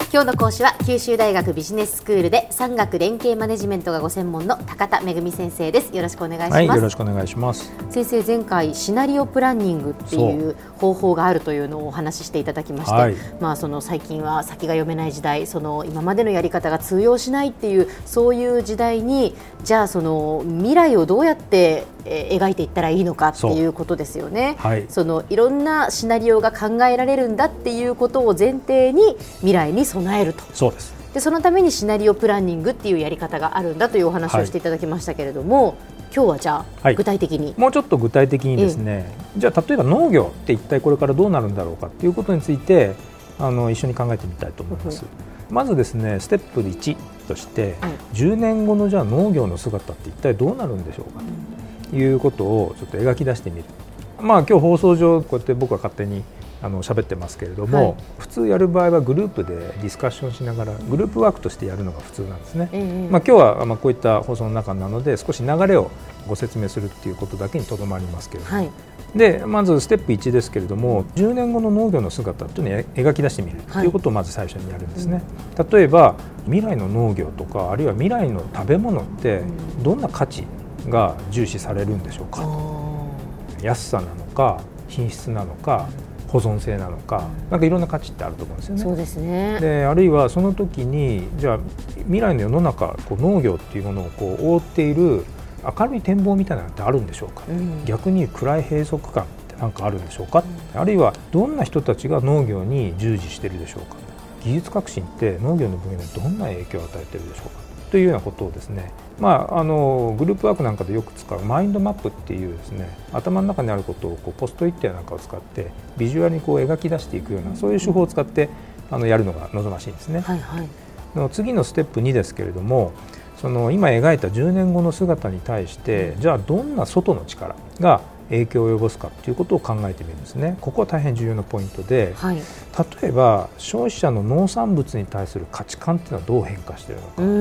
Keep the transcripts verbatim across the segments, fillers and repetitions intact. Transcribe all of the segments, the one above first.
今日の講師は九州大学ビジネススクールで産学連携マネジメントがご専門の高田恵先生です。よろしくお願いします。 はい、よろしくお願いします。 先生、前回シナリオプランニングっていう方法があるというのをお話ししていただきまして、はい、まあ、その最近は先が読めない時代、その今までのやり方が通用しないっていうそういう時代に、じゃあその未来をどうやって描いていったらいいのかっていうことですよね。はい、そのいろんなシナリオが考えられるんだっていうことを前提に未来に備えると。 そうです。 でそのためにシナリオプランニングっていうやり方があるんだというお話をしていただきましたけれども、はい、今日はじゃあ、はい、具体的にもうちょっと具体的にですね、ええ、じゃあ例えば農業って一体これからどうなるんだろうかっていうことについてあの一緒に考えてみたいと思います。うん、まずですね、ステップいちとして、はい、じゅうねんごのじゃあ農業の姿って一体どうなるんでしょうかということをちょっと描き出してみる。まあ今日放送上こうやって僕は勝手にあの喋ってますけれども、はい、普通やる場合はグループでディスカッションしながらグループワークとしてやるのが普通なんですね。ええ、まあ、今日はまあこういった放送の中なので少し流れをご説明するっていうことだけにとどまりますけれども、はい、でまずステップいちですけれども、じゅうねんごの農業の姿というのを描き出してみるということをまず最初にやるんですね。はい、例えば未来の農業とかあるいは未来の食べ物ってどんな価値が重視されるんでしょうか。安さなのか品質なのか保存性なのか、なんかいろんな価値ってあると思うんですよね。 そうですね。 であるいはその時にじゃあ未来の世の中こう農業っていうものをこう覆っている明るい展望みたいなのってあるんでしょうか。うん、逆に暗い閉塞感ってなんかあるんでしょうか。うん、あるいはどんな人たちが農業に従事しているでしょうか。技術革新って農業の分野にどんな影響を与えているでしょうかというようなことをですね、まあ、あのグループワークなんかでよく使うマインドマップっていうですね、頭の中にあることをこうポストイットやなんかを使ってビジュアルにこう描き出していくような、そういう手法を使ってあのやるのが望ましいんですね。はいはい、の次のステップにですけれども、その今描いたじゅうねんごの姿に対してじゃあどんな外の力が影響を及ぼすかということを考えてみるんですね。ここは大変重要なポイントで、はい、例えば消費者の農産物に対する価値観というのはどう変化しているのか、うん、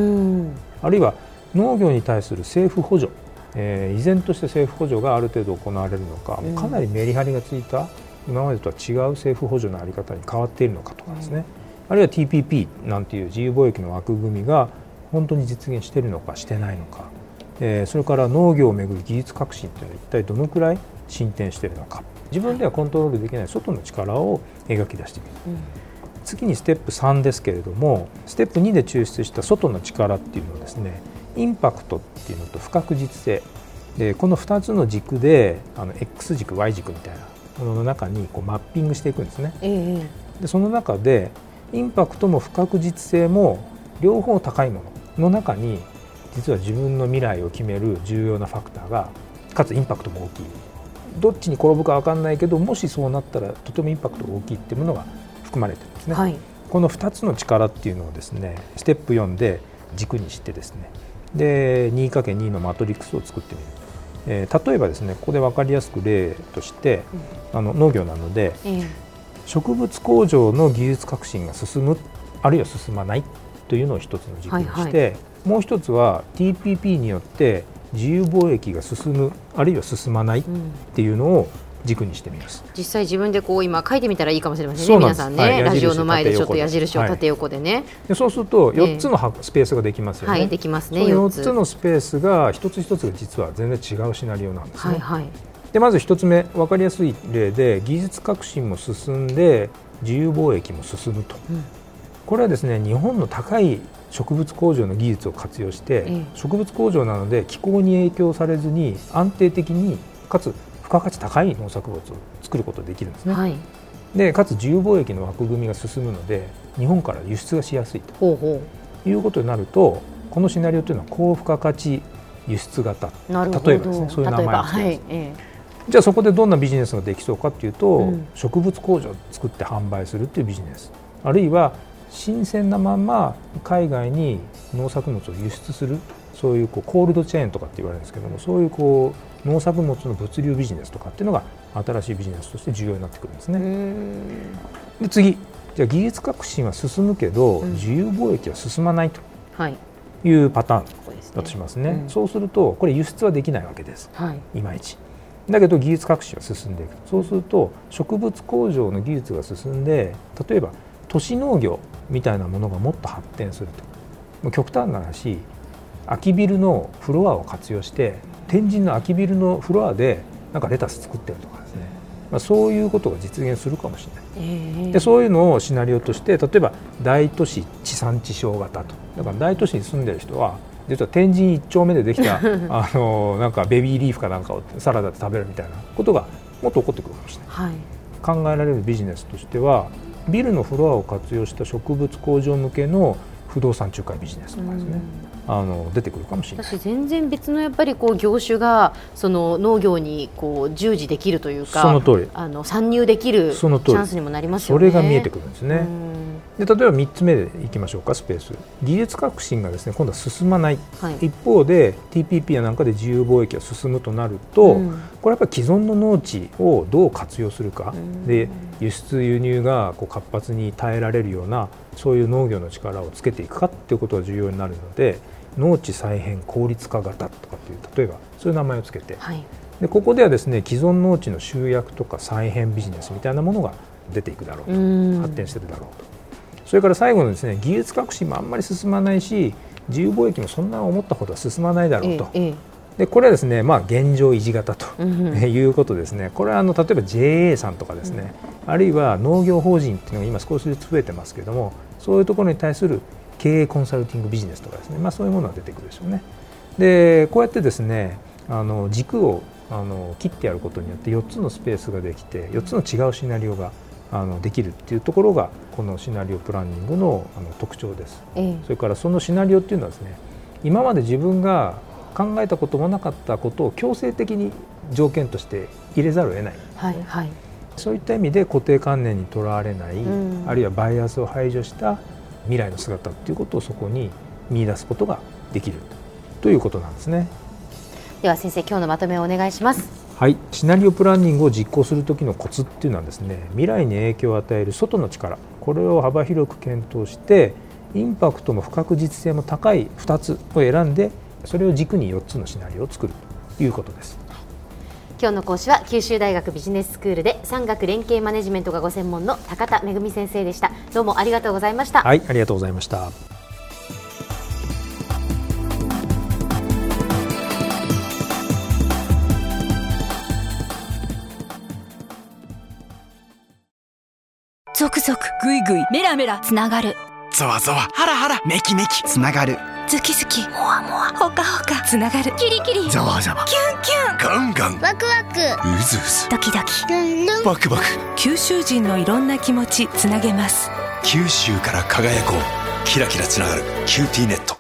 あるいは農業に対する政府補助、えー、依然として政府補助がある程度行われるのか、うん、かなりメリハリがついた今までとは違う政府補助のあり方に変わっているのかとかですね、うん、あるいは ティーピーピー なんていう自由貿易の枠組みが本当に実現しているのかしてないのか、えー、それから農業をめぐる技術革新というのは一体どのくらい進展しているのか、自分ではコントロールできない外の力を描き出してみる。うん、次にステップさんですけれども、ステップにで抽出した外の力っていうのをですね、インパクトっていうのと不確実性で、このふたつの軸であの X 軸 Y 軸みたいなものの中にこうマッピングしていくんですね。えー、でその中でインパクトも不確実性も両方高いものの中に、実は自分の未来を決める重要なファクターが、かつインパクトも大きい、どっちに転ぶか分かんないけど、もしそうなったらとてもインパクトが大きいっていうものが含まれてるんですね。はい、このふたつの力っていうのをですね、ステップよんで軸にしてですね、で にかけるに のマトリックスを作ってみる。えー、例えばですね、ここで分かりやすく例として、うん、あの農業なので、うん、植物工場の技術革新が進むあるいは進まないというのを一つの軸にして、はいはい、もう一つは ティーピーピー によって自由貿易が進むあるいは進まないっていうのを軸にしてみます。 実際自分でこう今書いてみたらいいかもしれませんね。皆さんね、はい、ラジオの前でちょっと矢印を縦横でね、はい、 でそうするとよっつのスペースができますよね。 はい、できますね。 そのよっつのスペースが一つ一つが実は全然違うシナリオなんですね。はいはい、でまず一つ目、分かりやすい例で技術革新も進んで自由貿易も進むと、うん、これはですね、日本の高い植物工場の技術を活用して、ええ、植物工場なので気候に影響されずに安定的にかつ付加価値高い農作物を作ることができるんですね。はい、でかつ自由貿易の枠組みが進むので日本から輸出がしやすいとほうほういうことになると、このシナリオというのは高付加価値輸出型、例えばですね、そういう名前を付けます。はい、ええ、じゃあそこでどんなビジネスができそうかというと、うん、植物工場を作って販売するというビジネス、あるいは新鮮なまま海外に農作物を輸出する、そういうこうコールドチェーンとかって言われるんですけども、そういうこう農作物の物流ビジネスとかっていうのが新しいビジネスとして重要になってくるんですね。で次、じゃあ技術革新は進むけど、うん、自由貿易は進まないというパターンだとしますね。うん、そうするとこれ輸出はできないわけです、はい、いまいち。だけど技術革新は進んでいく。そうすると植物工場の技術が進んで、例えば都市農業みたいなものがもっと発展すると、もう極端な話、空きビルのフロアを活用して天神の空きビルのフロアでなんかレタス作ってるとかですね、まあ、そういうことが実現するかもしれない、えー、でそういうのをシナリオとして、例えば大都市地産地消型と、だから大都市に住んでる人は実は天神一丁目でできたあのなんかベビーリーフかなんかをサラダで食べるみたいなことがもっと起こってくるかもしれない、はい、考えられるビジネスとしては、ビルのフロアを活用した植物工場向けの不動産仲介ビジネスとかですね、あの出てくるかもしれない。 私全然別のやっぱりこう業種がその農業にこう従事できるというか、 その通り、 あの参入できるチャンスにもなりますよね。 それが見えてくるんですね。で例えばみっつめでいきましょうか。スペース技術革新がですね今度は進まない、はい、一方で ティーピーピー やなんかで自由貿易が進むとなると、うん、これはやっぱり既存の農地をどう活用するか、うん、で輸出輸入がこう活発に耐えられるようなそういう農業の力をつけていくかっていうことが重要になるので、農地再編効率化型とかっていう例えばそういう名前をつけて、はい、でここではですね既存農地の集約とか再編ビジネスみたいなものが出ていくだろうと、発展しているだろうと。それから最後のですね技術革新もあんまり進まないし、自由貿易もそんな思ったほどは進まないだろうと、ええ、でこれはですね、まあ、現状維持型と、うん、いうことですね。これはあの例えば ジェーエー さんとかですね、うん、あるいは農業法人っていうのが今少しずつ増えてますけれども、そういうところに対する経営コンサルティングビジネスとかですね、まあ、そういうものが出てくるでしょうね。でこうやってですねあの軸をあの切ってやることによってよっつのスペースができてよっつの違うシナリオがあのできるっていうところがこのシナリオプランニングのあの特徴です、ええ、それからそのシナリオっていうのはですね、今まで自分が考えたこともなかったことを強制的に条件として入れざるを得ない、はいはい、そういった意味で固定観念にとらわれない、うん、あるいはバイアスを排除した未来の姿っていうことをそこに見出すことができるということなんですね。 では先生、今日のまとめをお願いします。 はい、シナリオプランニングを実行するときのコツっていうのはですね、未来に影響を与える外の力、これを幅広く検討してインパクトも不確実性も高いふたつを選んで、それを軸によっつのシナリオを作るということです。 今日の講師は九州大学ビジネススクールで産学連携マネジメントがご専門の高田恵先生でした。どうもありがとうございました。 はい、ありがとうございました。 ゾクゾクグイグイメラメラつながる、 ゾワゾワハラハラメキメキつながる、 ズキズキモワモワホカホカつながる、キリキリザワザワキュンキュンガンガンワクワクウズウズドキドキルンルンバクバク、 九州人のいろんな気持ちつなげます。 九州から輝こう、キラキラつながるキューティーネット。